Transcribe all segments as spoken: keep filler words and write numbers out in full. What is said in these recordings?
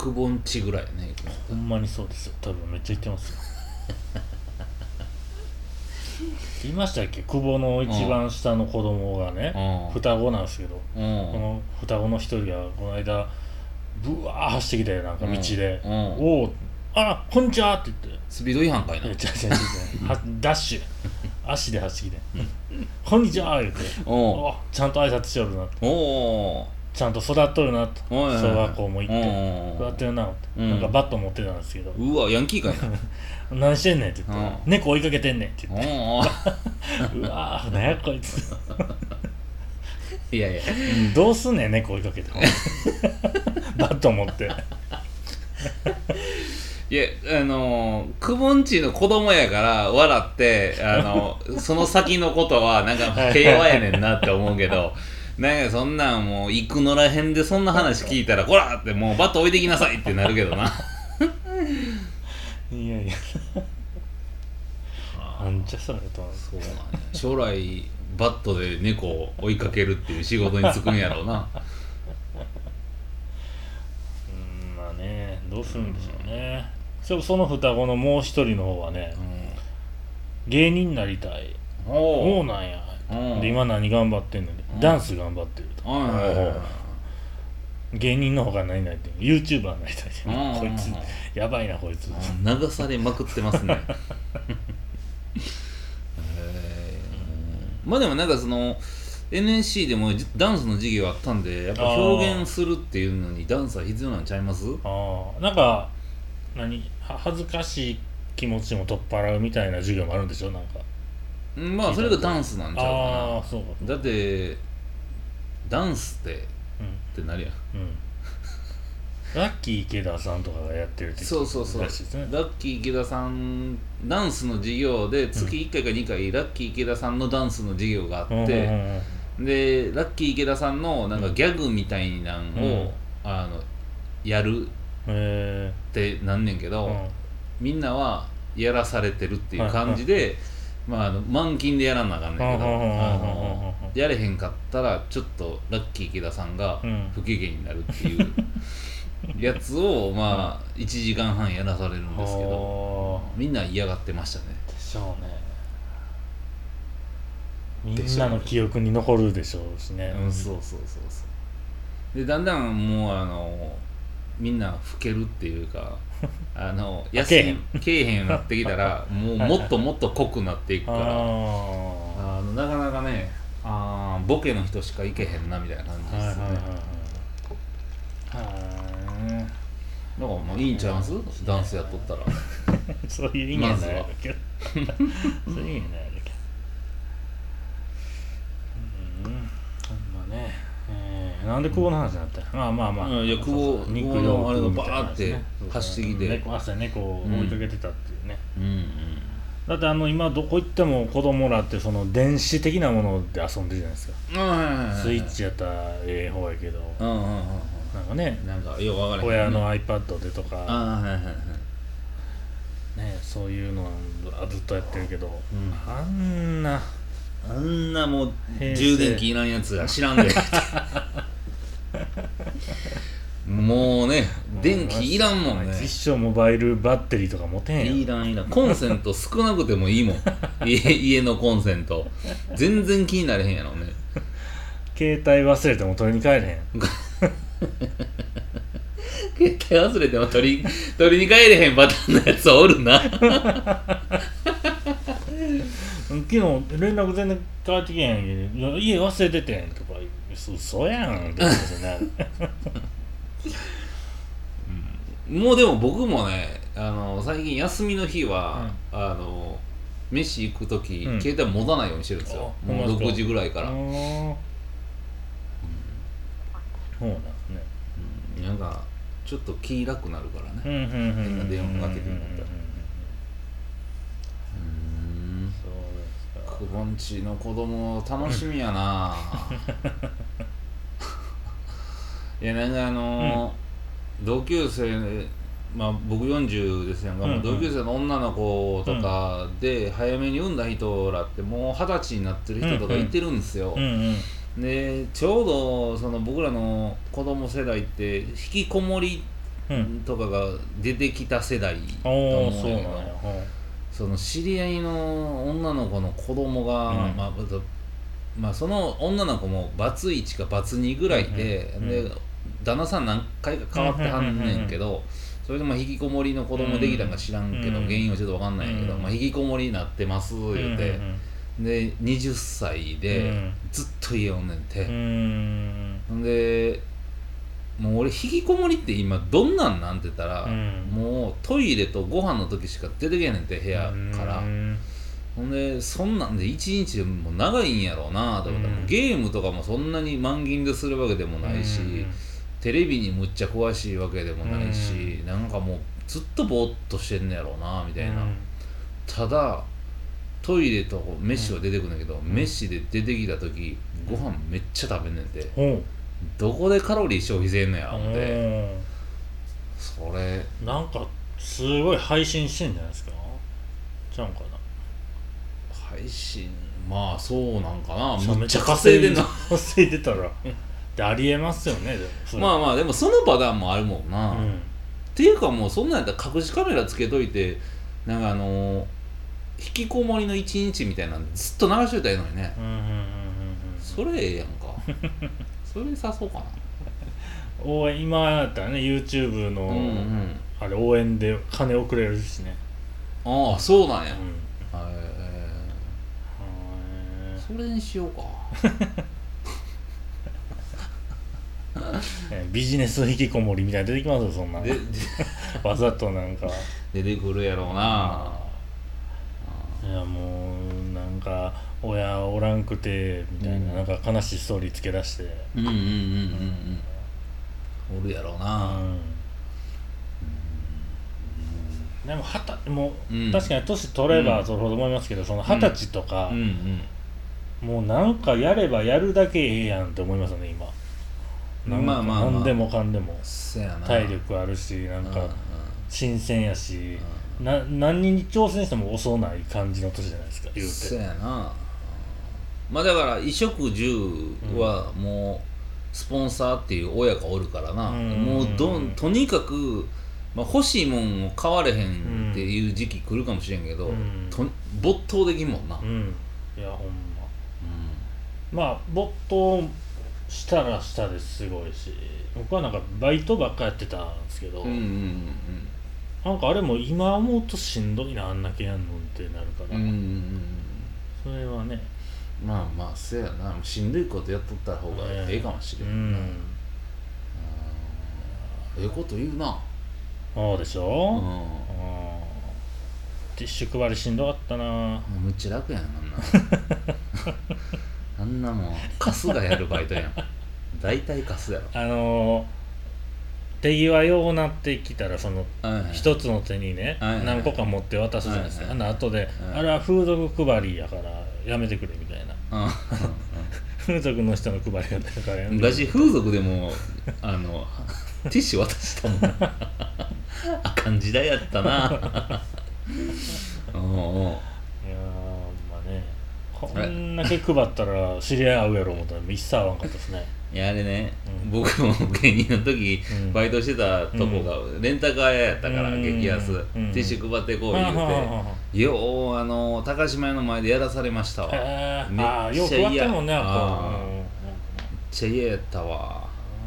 くぼんちぐらいね。 ほんまにそうですよ。多分めっちゃ言ってますよ。言いましたっけ、久保の一番下の子供がね、双子なんですけど、この双子の一人がこの間ブワー走ってきて、なんか道で、おお、あらこんにちはって言って、 スピード違反かいな。 いや違う違う違うダッシュ足で走ってきて、こんにちは言って、おちゃんと挨拶しよるなって、おちゃんと育っとるなと、小学校も行って育ってるなって、なんかバット持ってたんですけど、 うわヤンキーかいな。 何してんねんって言って、猫追いかけてんねんって言って、うわー何やこいつ。 いやいやどうすんねん猫追いかけてバット持って。 いやあのー、くぼんちの子供やから笑ってあのその先のことはなんか平和やねんなって思うけど、なんかそんなんもう行くのらへんでそんな話聞いたらこらってもうバット置いてきなさいってなるけどな。 いやいやなんじゃそれと。 そうなんや。将来バットで猫を追いかけるっていう仕事に就くんやろうな。 うんまあね、どうするんでしょうね。そその双子のもう一人の方はね、うん、芸人になりたい。そうなんや。で今何頑張ってんのに、ダンス頑張ってると。芸人の方が何々って YouTuber になりたい。こいつやばいなこいつ。 流されまくってますね。まあでもなんかその エヌエスシー でもダンスの授業あったんで、やっぱ表現するっていうのにダンスは必要なんちゃいます？ ああ、なんか何恥ずかしい気持ちも取っ払うみたいな授業もあるんでしょ、なんか。 まあそれがダンスなんちゃうかな。 ああ、そうか。 だってダンスって、うん、ってなるやん。うん。 ラッキー池田さんとかがやってるってそうそうそう、ね、ラッキー池田さんダンスの授業で月いっかいかにかい、うん、ラッキー池田さんのダンスの授業があって、うんうんうん、でラッキー池田さんのなんかギャグみたいなんを、うん、あのやるってなんねんけど、うん、みんなはやらされてるっていう感じで、うん、まあ、あの満勤でやらなあかんねんけど、あのやれへんかったらちょっとラッキー池田さんが不機嫌になるっていう、うんやつをまあいちじかんはんやらされるんですけど、みんな嫌がってましたね。 でしょうね。みんなの記憶に残るでしょうしね。 うん、そうそうそうそう。でだんだんもうあのみんな老けるっていうか、あの安いけえへんようになってきたらもうもっともっと濃くなっていくから、あのなかなかね、あボケの人しかいけへんなみたいな感じですよね。だからもういいんちゃいます？ダンスやっとったら。 そういう意味はないだけど。そういう意味はないだけど。うん。まあね、えー、なんで久保の話になったんや。まあまあまあ。 いや久保肉のあれがバーって走ってきて、 猫朝猫を追いかけてたっていうね。うんうん。だってあの今どこ行っても子供らってその電子的なもので遊んでるじゃないですか。スイッチやったらええ方やけど。うんうんうん。なんかね、 なんかよく分からへん、ね、 親の iPad でとか、 あ、はいはいはい、 ね、そういうのはずっとやってるけど、うん、あんなあんなもう充電器いらんやつが知らんでもうね電気いらんもんね。 一生モバイルバッテリーとか持てへんよ。 いらんいらん。コンセント少なくてもいいもん家, 家のコンセント全然気になれへんやろね。 携帯忘れても取りに帰れへん携帯忘れても取り取りに帰れへんパターンのやつおるな昨日連絡全然変わってけへんけど、家忘れててんとか嘘やんってことですよねうん、もうでも僕もね、あの最近休みの日は、うん、あの飯行くとき、うん、携帯持たないようにしてるんですよ。もうろくじぐらいから。うん、 そうなんですね。 うん、なんかちょっと気楽なるからね。変な電話かけてるんだったら。くぼんちの子供楽しみやな、うん、いやなんかあのーうん、同級生、まあ僕よんじゅうですやんか、うんうん、同級生の女の子とかで早めに産んだ人らってもう二十歳になってる人とかいてるんですよ、うんうんでちょうどその僕らの子供世代って引きこもりとかが出てきた世代と思うんやけど、その知り合いの女の子の子供が、うん、まあまあ、その女の子もバツいちかバツにぐらいで、うんうん、で旦那さん何回か変わってはんねんけど、それでまあ引きこもりの子供できたんか知らんけど、うん、原因はちょっと分かんないけど、うんまあ、引きこもりになってます言うて、うんうんうん、ではたちでずっと家おんねんて、うん、でもう俺引きこもりって今どんなんなんて言ったら、うん、もうトイレとご飯の時しか出てけへんねんて部屋から、うん、ほんでそんなんで一日でも長いんやろうなと思ったら、うん、ゲームとかもそんなに満勤でするわけでもないし、うん、テレビにむっちゃ詳しいわけでもないし、うん、なんかもうずっとぼーっとしてんねやろうなみたいな、うん、ただトイレと飯は出てくるんだけど、うん、飯で出てきた時ご飯めっちゃ食べんねんて、うん、どこでカロリー消費せんのや思って、それなんかすごい配信してんじゃないですか、ちゃうんかな、 配信まあそうなんかな、めっちゃ稼いでんの稼いでたらでありえますよね。でもまあまあでもそのパターンもあるもんな、うん、っていうかもうそんなんやったら隠しカメラつけといてなんかあのー、引きこもりの一日みたいなのずっと流しといたらええのにね、うんうんうんうん、それええやんかそれさそうかな応援今やったらね YouTube の、うんうん、あれ応援で金をくれるしね。 ああそうなんや、うん、えー、それにしようかビジネス引きこもりみたいな出てきますよそんなわざとなんか出てくるやろうな。 いやもうなんか親おらんくてみたいな、うん、なんか悲しいストーリーつけ出してうんうんうんうんうんおるやろうな、うんうん、でもはたもう、うん、確かに年取ればそれほど思いますけど、その二十歳とか、うんうんうん、もうなんかやればやるだけええやんって思いますよね今。なんか何でもかんでも体力あるしなんか新鮮やし、うん、な何に挑戦しても遅ない感じの年じゃないですか言うて。 そうやな。まあだから衣食住はもうスポンサーっていう親がおるからな、うん、もうどんとにかく、まあ、欲しいもんを買われへんっていう時期来るかもしれんけど、うん、と没頭できんもんな、うん、 いやほんま、うん、まあ没頭したらしたですごいし、僕はなんかバイトばっかやってたんですけど、うんうんうん、なんかあれも今思うとしんどいなあんだけやんのってなるから、うんうんうん、それはねまあまあせやな、しんどいことやっとった方がええかもしれんな、うん、ええこと言うな。 そうでしょ、うん、ティッシュ配りしんどかったな。 むっちゃ楽やんあんなあんなもんカスがやるバイトやん大体カスやろ。 あのー、手際ようなってきたらその一つの手にね、はいはい、何個か持って渡すじゃないですか、はいはい、あの後で、はい、あれは風俗配りやからやめてくれみたいな、うん、風俗の人の配り方だからやめてくれ。 昔風俗でもあのティッシュ渡したもんあかん時代やったなおうおう。 いやまあねこんだけ配ったら知り合い合うやろ思ったら一切合わんかったですね。 いやあれね、うん、僕も芸人の時、うん、バイトしてたとこがレンタカー屋やったから、うん、激安、うん、ティッシュ配ってこう言うて、ようあの高島屋の前でやらされましたわ。めっちゃ嫌。めっちゃ嫌やったわ。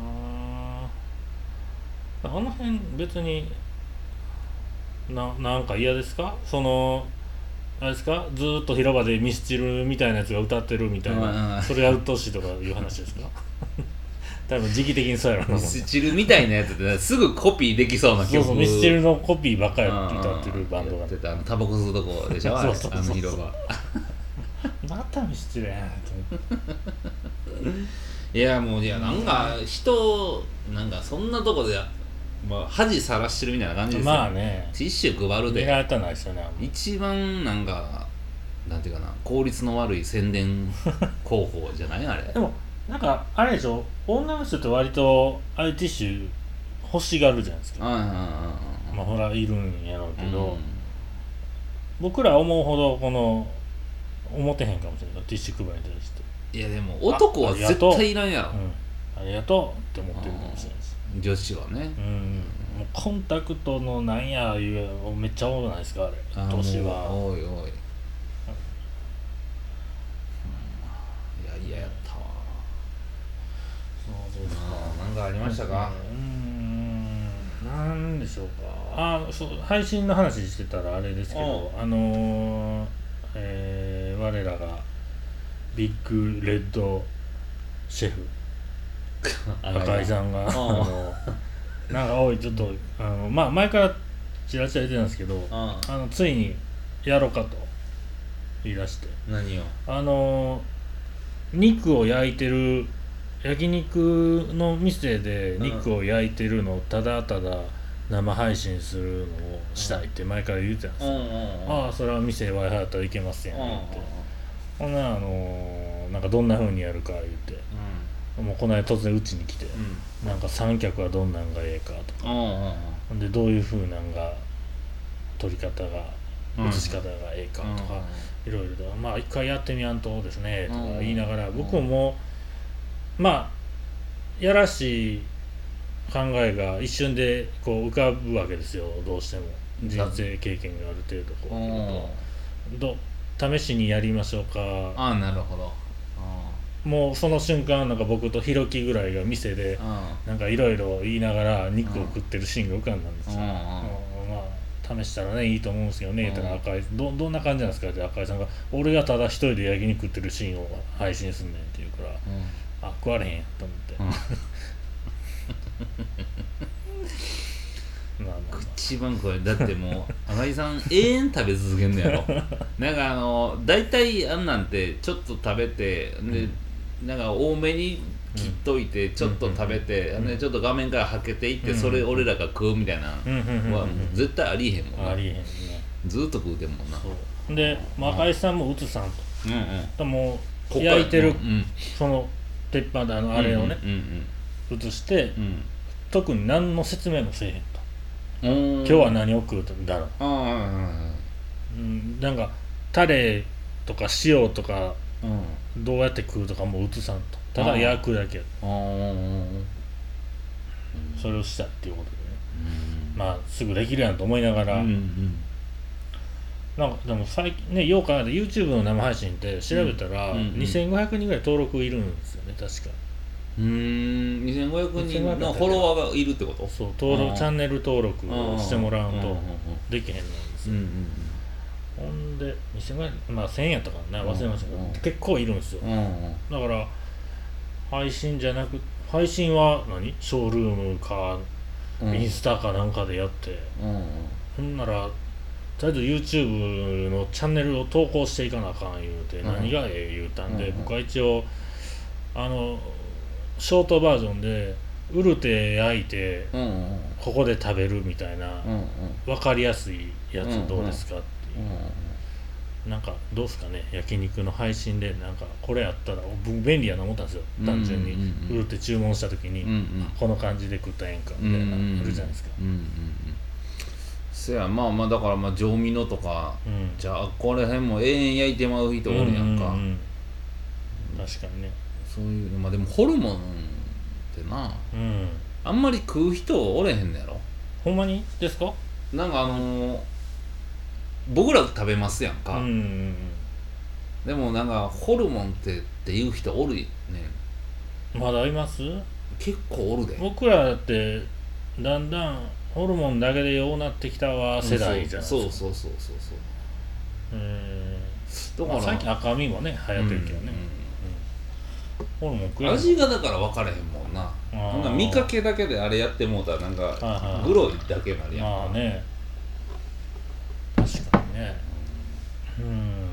あの辺別にななんか嫌ですか？そのあれですか？ずーっと広場でミスチルみたいなやつが歌ってるみたいな、それやるとしとかいう話ですか？多分時期的にそうやろな。 ミスチルみたいなやつってすぐコピーできそうな曲。 そうそうミスチルのコピーばっかり歌ってるバンドが。やってたあのタバコ吸うとこでしょ。そうそうそうそうあの広場。 またミスチルやんと思って。いやもういやなんか人なんかそんなとこで。まあ、恥さらしてるみたいな感じですよ。 まあね。 ティッシュ配るで。 やったないですよね。 一番なんかなんていうかな効率の悪い宣伝方法じゃないあれ。 でもなんかあれでしょ。女の人って割とああいうティッシュ欲しがるじゃないですか。まあほらいるんやろうけど、うん、僕ら思うほどこの思ってへんかもしれないティッシュ配りに対して。 いやでも男は絶対いらんやろ。 ありがとうって思ってるかもしれないです。 女子はね、 うん、もうコンタクトのなんやいうめっちゃ多くないですかあれ。年は多い多い、うん、いや嫌ややったわ。 そうですか。 なんかありましたか。 うん、なんでしょうか。あ、そう配信の話してたらあれですけど、あのー、えー、我らがビッグレッドシェフ赤井さんがあのなんかおいちょっとあのまあ前からちらちら言ってたんですけど、あのついにやろうかと言い出して、 何をあの肉を焼いてる焼肉の店で肉を焼いてるのをただただ生配信するのをしたいって前から言ってたんですよ。ああそれは店 Wi-Fi だったらいけますやんって。ほんならあのなんかどんな風にやるか言って、もうこの間突然うちに来て、うん、なんか三脚はどんなんがええかとか、うん、でどういう風なんが撮り方が映し方がええかとか、いろいろとまあ一回やってみやんとですねとか言いながら、僕もまあやらしい考えが一瞬でこう浮かぶわけですよ。どうしても人生経験がある程度こうど試しにやりましょうか。 ああなるほど。 もうその瞬間なんか僕とひろきぐらいが店でなんかいろいろ言いながら肉を食ってるシーンが浮かんだんですよ。まあ試したらねいいと思うんですけどね。言ったら赤井 ど, どんな感じなんですかって赤井さんが俺がただ一人で焼肉食ってるシーンを配信すんねんって言うから、うん、あ食われへんやと思って、うんまあまあまあ、一番これだってもう赤井さん永遠食べ続けんのやろなんかあの大体あんなんてちょっと食べてで、うん、なんか多めに切っといてちょっと食べて、うん、でちょっと画面からはけていって、うん、それ俺らが食うみたいなは絶対ありえへんもんな。 ありえへんね。 ずっと食うてんもんな。 そうで、まあ、赤井さんもうつさんと、うんうん、もう焼いてる、うん、その鉄板であのあれをね、うんうんうん、移して、うん、特に何の説明もせえへんと。今日は何を食うんだろう。あ、うん、なんかタレとか塩とか、うん、どうやって食うとかもう移さんと。ただ焼くだけやと。それをしたっていうことでね、うん、まあすぐできるやんと思いながら、うんうん、なんかでも最近ねよう考えたら YouTube の生配信って調べたら、うんうんうん、にせんごひゃくにんぐらい登録いるんですよね確か。 うーんにせんごひゃくにんのフォロワーがいるってこと。 そう登録チャンネル登録をしてもらうとできへんなんですよ、うんうんうん、ほんでにせんごひゃくまあせんえんやったからね忘れましたけど、うんうん、結構いるんですよ、うんうん、だから配信じゃなく配信は何ショールームか、うん、インスタかなんかでやって、うんうん、ほんならとりあえず YouTube のチャンネルを投稿していかなあかん言うて、うん、何がええ言うたんで、うんうん、僕は一応あのショートバージョンでウルテ焼いて、うんうん、ここで食べるみたいな、うんうん、分かりやすいやつどうですかっていう、うんうん、なんかどうすかね焼肉の配信でなんかこれやったら便利やな思ったんですよ単純に、うんうんうん、ウルテ注文した時に、うんうん、この感じで食ったらええんかみたいな、うんうん、あるじゃないですか、うんうんうん、 せやまあまあだからまあ上味のとか、うん、じゃあこれ辺も永遠焼いてまう人おるやんか、うんうんうん、 確かにねそういうまあでもホルモンってな、うん、あんまり食う人おれへんのやろ。 ほんまにですか。 なんかあのー、僕ら食べますやんか、うんうんうん、でもなんかホルモンってっていう人おるね。 まだいます。 結構おるで。 僕らだってだんだんホルモンだけでようなってきたわ世代じゃないですか、うん、 そうそうそうそうそうそうえー、だから、まあ、最近赤身もね流行ってるけどね、うんうんホルモン食え味がだから分からへんもんな。なんか見かけだけであれやってもうたらなんかグロいだけになるやんか。 まあね確かにねうん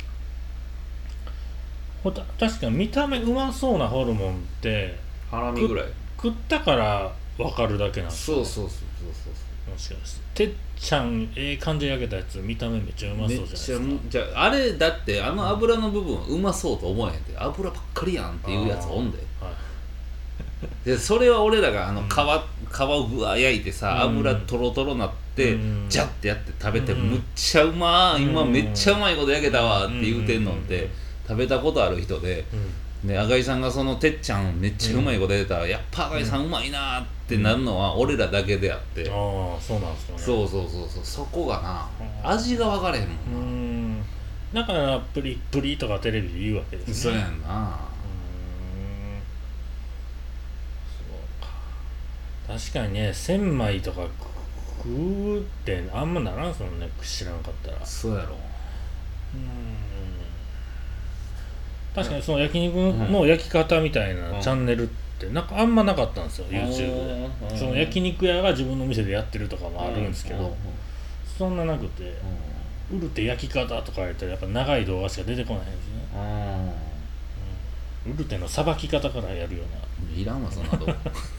ほた確かに見た目うまそうなホルモンってハラミぐらい食ったから分かるだけなんですよ、ね、そうそうそうそうそうもしかしててっちゃんええ感じで焼けたやつ見た目めっちゃうまそうじゃないですか。めっちゃじゃああれだってあの油の部分うまそうと思えへんって油ばっかりやんっていうやつおんで、はい、でそれは俺らがあの皮、うん、皮をぐわ焼いてさ油トロトロなって、うん、ジャッてやって食べて、うん、むっちゃうまー、うん、今めっちゃうまいこと焼けたわって言うてんのって、うん、食べたことある人で、 で赤井さんがそのてっちゃんめっちゃうまいことやったら、うん、やっぱ赤井さんうまいなってなるのは俺らだけであって、うん、 ああそうなんですかね。 そうそうそうそう、そこがな、うん、味が分かれへんもんな。 うんだからプリプリとかテレビで言うわけですね。 そうやんな。うんそうか、確かにね千枚とか食うってあんまならんすもんね、知らんかったら。 そうやろ。うん確かにその焼肉の焼き方みたいなチャンネルってなんかあんまなかったんですよ、うん、YouTube で。その焼肉屋が自分の店でやってるとかもあるんですけど、うん、そんななくて、うん、ウルテ焼き方とか言ったらやっぱ長い動画しか出てこないんですね、うん、ウルテのさばき方からやるような。 いらんわそんな動画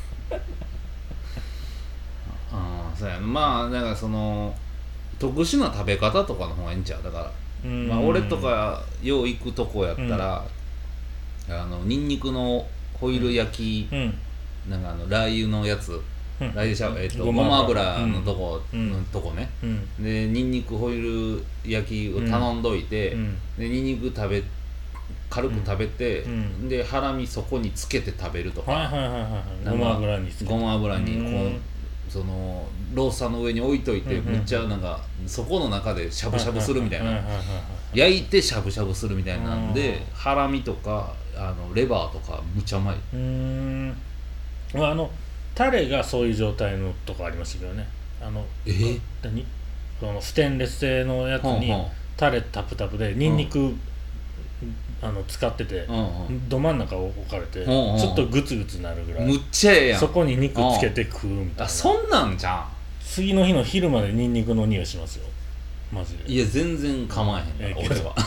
ああそうやな。まあだからその特殊な食べ方とかの方がいいんちゃう。だからまあ、俺とかよう行くとこやったら、うん、あのニンニクのホイル焼き、うん、なんかあのラー油のやつ、うん、ラー油シャえっ、ー、とごま油のとこ、うん、のとこね、うん、でニンニクホイル焼きを頼んどいて、うん、でニンニク食べ軽く食べて、うん、でハラミそこにつけて食べるとか、はいはいはいはい、ごま油につけてごま油にこう、うんそのロースターの上に置いといて、うんうん、めっちゃなんかそこの中でしゃぶしゃぶするみたいな、焼いてしゃぶしゃぶするみたいなんで、ハラミとかあのレバーとかむちゃうまい。 うーんあのタレがそういう状態のとこありましたけどね。あのえー、 何そのステンレス製のやつにタレタプタプでニンニク、うんあの使ってて、うんうん、ど真ん中を置かれて、うんうん、ちょっとグツグツなるぐらいむっちゃええやん。 そこに肉つけて食うみたいな。 あそんなんじゃん。 次の日の昼までニンニクの匂いしますよマジで。 いや全然構えへんから、えー、俺は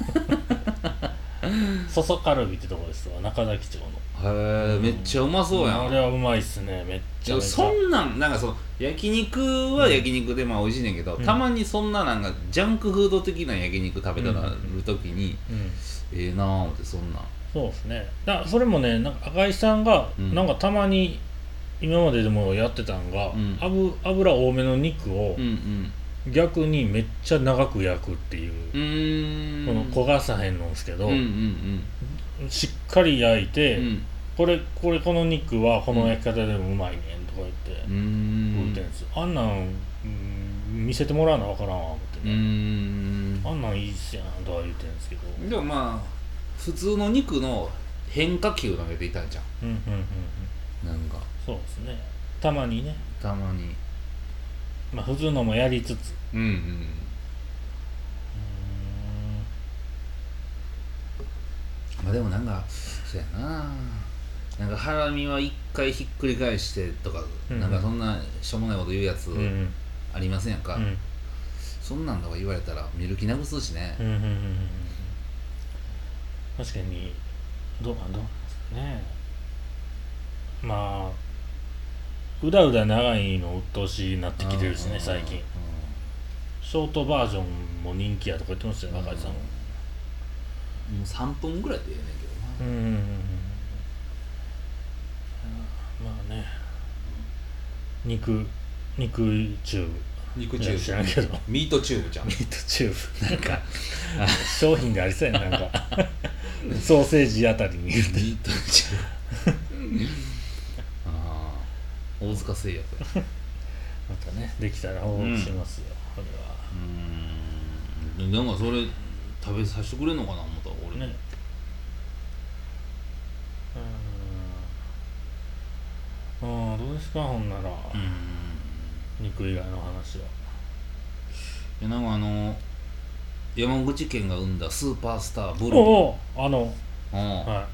そそカルビってとこですわ、中崎町の。 へえ、うん、めっちゃうまそうやん。 あれはうまいっすね、めっちゃめちゃ。 そんなんなんかその焼肉は焼肉でまあ美味しいねんけど、うん、たまにそんななんかジャンクフード的な焼肉食べたらる時に、うんうん、ええー、なーってそんな。 そうですね。だそれもねなんか赤井さんがなんかたまに今まででもやってたんが、うん、油, 油多めの肉を逆にめっちゃ長く焼くっていう、うん、この焦がさへんのんですけど、うんうんうん、しっかり焼いて、うん、これこれこの肉はこの焼き方でもうまいねんとか言って食うてんですよ。あんなん、うん、見せてもらうのわからんわ思ってね、うんあんなんいいっすやんとか言ってるんですけど、 でもまあ普通の肉の変化球投げていたんじゃん。うんうんうんうん。なんかそうですね。たまにね。 たまに。 まあ普通のもやりつつ。うんうん。うーんまあでもなんかそうやな。なんかハラミは一回ひっくり返してとか、うんうん、なんかそんなしょうもないこと言うやつありませんやんか。うんうん、そんなんとか言われたら見る気なくすしね。うんうんうんうん。 確かにどうなんどうなんですかね。まあうだうだ長いの鬱陶しいなってきてるしね最近。ショートバージョンも人気やとか言ってましたよ中井さん。もうさんぷんぐらいでええねんけどな。うんうんうん。 まあね肉肉チューブ肉チューブ知らんけどミートチューブじゃん。 ミートチューブなんか商品でありそうやな、なんかソーセージあたりにミートチューブああ大塚製薬またねできたら応募しますよ、うん、これは。 うーんなんかそれ食べさせてくれんのかな思ったら俺ね。 うーんああどうですかほんなら。うん肉以外の話は。 いやなんかあの山口県が生んだスーパースターブルー。 おおあのあ、はい、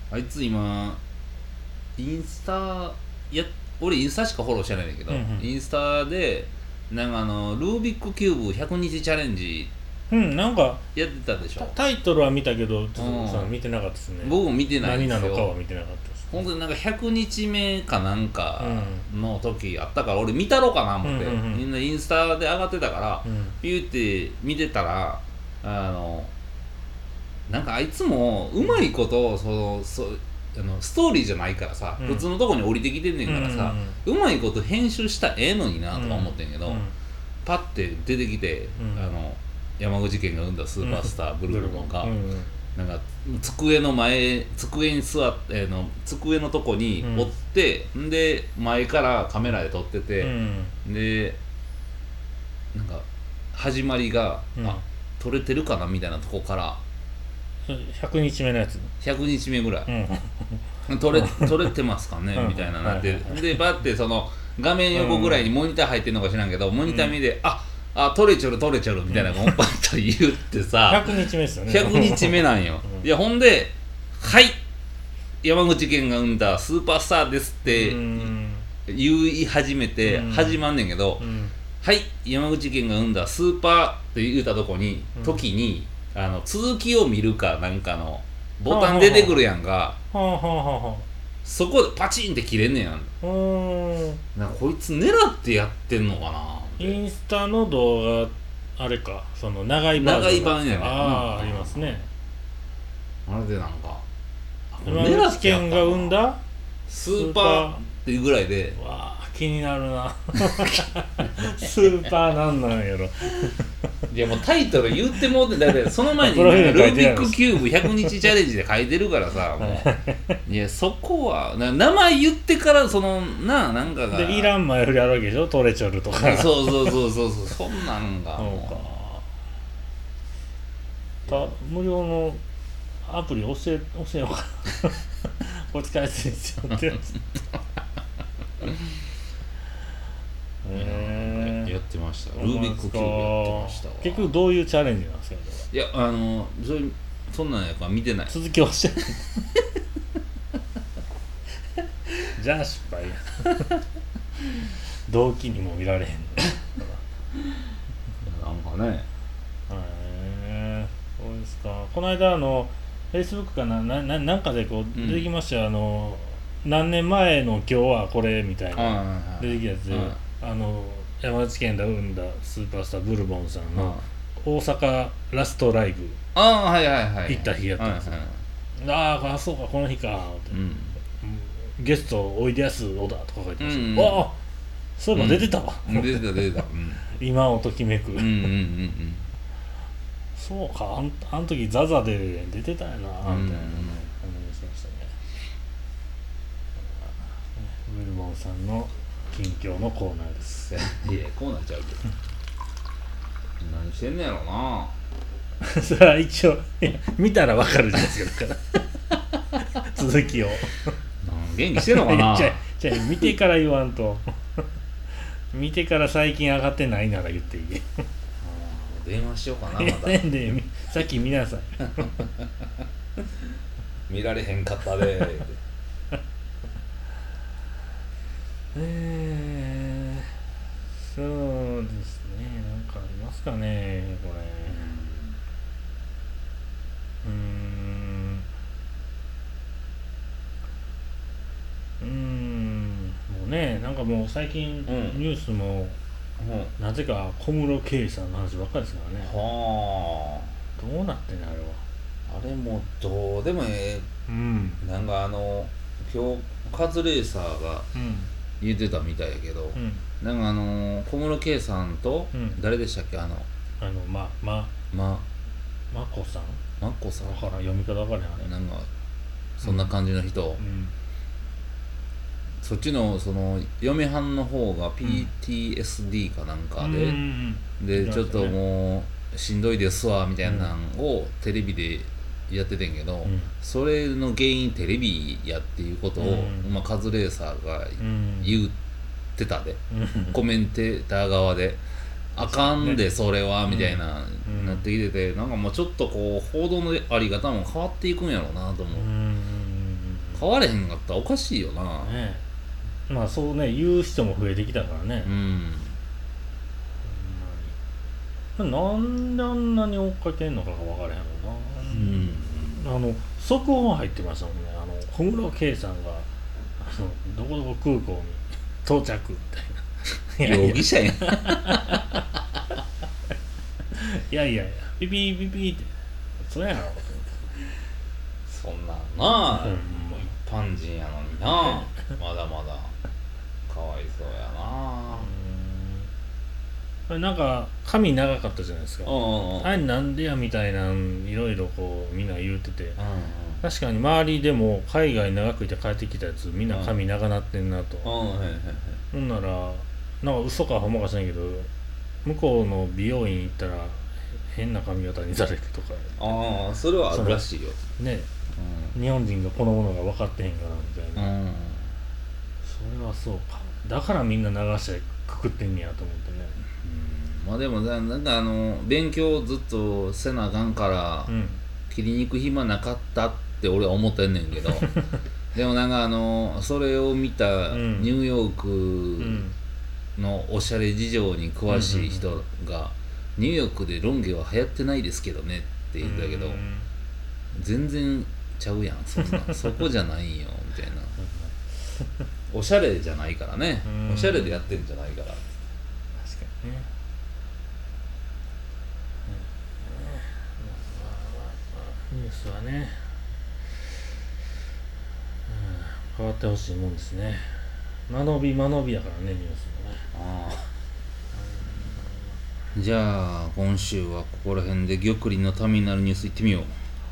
あいつ今インスタや俺インスタしかフォローしてないんだけど、うんうん、インスタでなんかあのルービックキューブひゃくにちチャレンジうんなんかやってたでしょ。 タイトルは見たけどちょっと見てなかったですね。 僕も見てないんですよ。 何なのかは見てなかったです。 本当になんかひゃくにちめかなんかの時あったから俺見たろうかな思って、うんうんうん、みんなインスタで上がってたから、うん、ピューって見てたらあのなんかあいつもうまいことそのそあのストーリーじゃないからさ、うん、普通のとこに降りてきてんねんからさ、うんうんうん、うまいこと編集したらええのになとか思ってんけど、うんうん、パッて出てきて、うん、あの山口県が生んだスーパースター、うん、ブルボンが、うんうん、なんか机の前机に座って、の机のとこにおって、うん、で前からカメラで撮ってて、うん、でなんか始まりが、うん、あ撮れてるかなみたいなとこからひゃくにちめのやつひゃくにちめぐらい、うん、撮れ撮れてますかねみたいななって、はいはいはい、でバッてその画面横ぐらいにモニター入ってるのか知らんけど、うん、モニター見で、うん、ああ撮れちゃる撮れちゃるみたいなのをパッと言ってさ、 ひゃくにちめですよねひゃくにちめなんよ、うん、いやほんではい山口県が生んだスーパースターですって言い始めて始まんねんけど、うん、はい山口県が生んだスーパーって言うたとこに、うん、時にあの続きを見るかなんかのボタン出てくるやんか、はあはあはあ、そこでパチンって切れんねやん。なんかこいつ狙ってやってんのかな。 インスタの動画あれかその長いバージョン長い版やね。 ああ、うん、ありますね。 あれでなんか山口県が生んだスーパーっていうぐらいでわあ気になるなスーパーなんなんやろいやもうタイトル言ってもうてだってその前に、ね、ルービックキューブひゃくにちチャレンジで書いてるからさもういやそこはな名前言ってからそのななんかがでいらん前振りあるわけでしょトレチョルとかそうそうそうそうそうそんなんがもうた無料のアプリ教え教えようかなこっち返すんですよってやつえー、やってましたルービックキューブやってましたわ結局どういうチャレンジなんですかいやあのそれそんなんやから見てない続きをしてじゃあ失敗や動機にも見られへんなんかねへえそうですかこの間あのフェイスブックかな、な、な、なんかでこう出てきましたよ、うん、あの何年前の今日はこれみたいな出てきたやつで、あの山口県で生んだスーパースターブルボンさんの大阪ラストライブ行った日やったんですよ、ああそうかこの日かって、うん、ゲストおいでやす小田とか書いてました、うんうん、ああそういえば出てたわ、 うん、出てた出てた、うん、 今をときめくうんうんうんうんそうかあん、あの時ザザで出てたよなみたいな、ね、思い出しましたね。ウィルボンさんの近況のコーナーです。 いやコーナーちゃうけど何してんねやろなそれは一応いや見たらわかるじゃないですかだから続きを元気してんのかなじゃじゃ見てから言わんと見てから最近上がってないなら言っていい電話しようかなまたでさっき見なさい見られへんかったでえー、そうですねなんかありますかねこれうーんうーんもうねなんかもう最近ニュースも、うん、なぜか小室圭さんの話ばっかりですからねはあどうなってんのあれはあれもどうでもええ、うん、なんかあの今日カズレーサーが言ってたみたいやけど、うん、なんかあの小室圭さんと、うん、誰でしたっけあのあのままままこさんまこさんだから読み方わからへんあれなんかそんな感じの人、うんうんそっちのその嫁はんの方が ピーティーエスディー かなんかで、うん、でちょっともうしんどいですわみたいなのをテレビでやっててんけど、うん、それの原因テレビやっていうことを、うんまあ、カズレーサーが言ってたで、うん、コメンテーター側であかんでそれはみたいな、うん、なってきててなんかもうちょっとこう報道のあり方も変わっていくんやろうなと思う、うん、変われへんかったらおかしいよな、 ねまあそうね言う人も増えてきたからね、うん、なんであんなに追っかけんのかが分からへんのな、うん、あの速報入ってましたもんねあの小室圭さんがあのどこどこ空港に到着みたいな容疑者やんいやいやいやピピーピピーってそれやろそんなんなあ、うん、一般人やのになまだまだかわいそうやななんか髪長かったじゃないですか。あれなんでやみたいなんいろいろこうみんな言うてて、確かに周りでも海外長くいて帰ってきたやつみんな髪長なってんなと。ほんならなんか嘘かほんまかしないけど向こうの美容院行ったら変な髪型にされるとか。 ああそれはあるらしいよね、うん、日本人がこのものが分かってへんからみたいな、うん、それはそうか。だからみんな流してくくってんねやと思ってね。 まあでもなんかあの勉強ずっとせなあかんから、うん、切りに行く暇なかったって俺は思ってんねんけどでもなんかあのそれを見たニューヨークのおしゃれ事情に詳しい人が、ニューヨークでロン毛は流行ってないですけどねって言ったけど、全然ちゃうやんそんなそこじゃないんよみたいなおしゃれじゃないからね、おしゃれでやってるんじゃないから。確かにね。 ニュースはね、うん、変わってほしいもんですね。間延び間延びやからねニュースもね。ああ、 じゃあ今週はここら辺で玉林のためになるニュースいってみよう。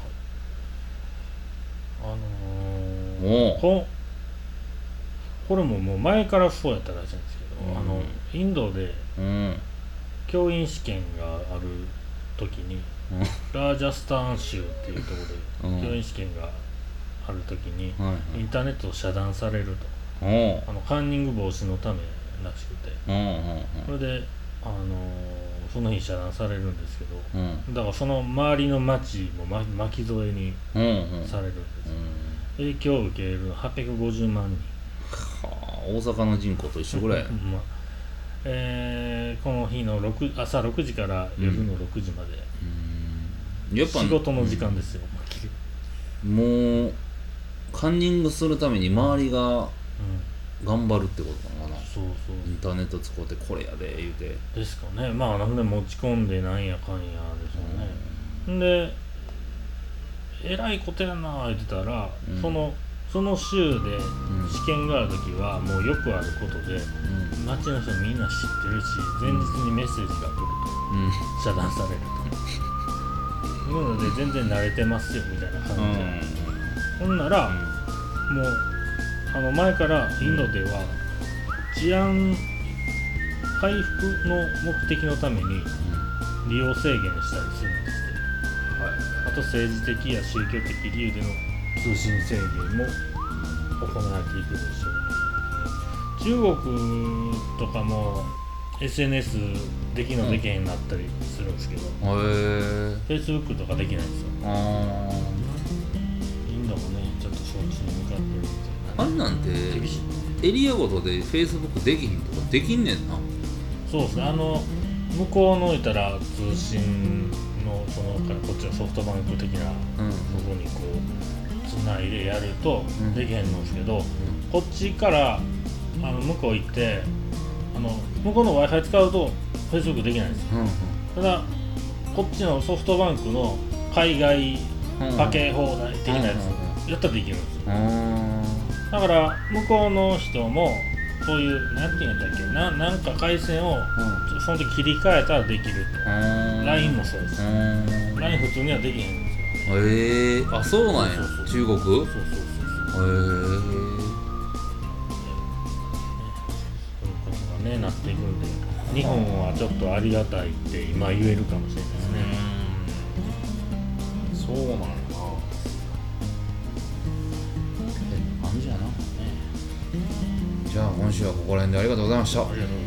あのー、ここれももう前からそうやったらしいんですけど、うん、あのインドで教員試験がある時に、うん、ラージャスタン州っていうところで教員試験がある時に、うん、インターネットを遮断されると、うん、あのカンニング防止のためらしくて、うんうんうん、それで、あのー、その日遮断されるんですけど、うん、だからその周りの町も巻き添えにされるんです、うんうん、影響を受けるのはっぴゃくごじゅうまんにん。 はあ、大阪の人口と一緒ぐらい、まあえー、この日のろく朝ろくじから夜のろくじまで、うん、やっぱ仕事の時間ですよ、 うん、もうカンニングするために周りが頑張るってことなのかな、うん、そうそうインターネット使ってこれやで言うてですかね。まあなんで持ち込んでなんやかんやでしょうね、うん、でえらいことやな言ってたら、うん、そのその州で試験があるときはもうよくあることで、うん、町の人みんな知ってるし前日にメッセージが来ると、うん、遮断されるというので全然慣れてますよみたいな感じで、うん、ほんなら、うん、もうあの前からインドでは治安回復の目的のために利用制限したりするんですって、はい、あと政治的や宗教的理由での通信制限も行われていくでしょう。中国とかも エスエヌエス できのできへんなったりするんですけど、うん、Facebook とかできないんですよ。あインドもねちょっとそっちに向かってるみたいな。 あんなんてエリアごとで Facebook できひんとかできんねんな。 そうですね。あの向こうのいたら通信のそのこっちのソフトバンク的な、うん、そこにこうつないでやるとできへんのですけど、うん、こっちからあの向こう行ってあの向こうの Wi-Fi 使うと Facebook できないんですよ、うんうん、ただこっちのソフトバンクの海外かけ放題的なやつやったらできるんですよ、うん、だから向こうの人もそういうなんていうんだっけな、なんか回線を、うん、その時切り替えたらできると、うん、ライン もそうです、うん、ライン 普通にはできへんんですよ。 へえー、あそうなんや。そうそうそう中国そうそうそうそうへえー、そういうことがねなっていくんで日本はちょっとありがたいって今言えるかもしれないですね。 そうなんやな。感じやな。じゃあ今週はここら辺でありがとうございました。ありがとうございました。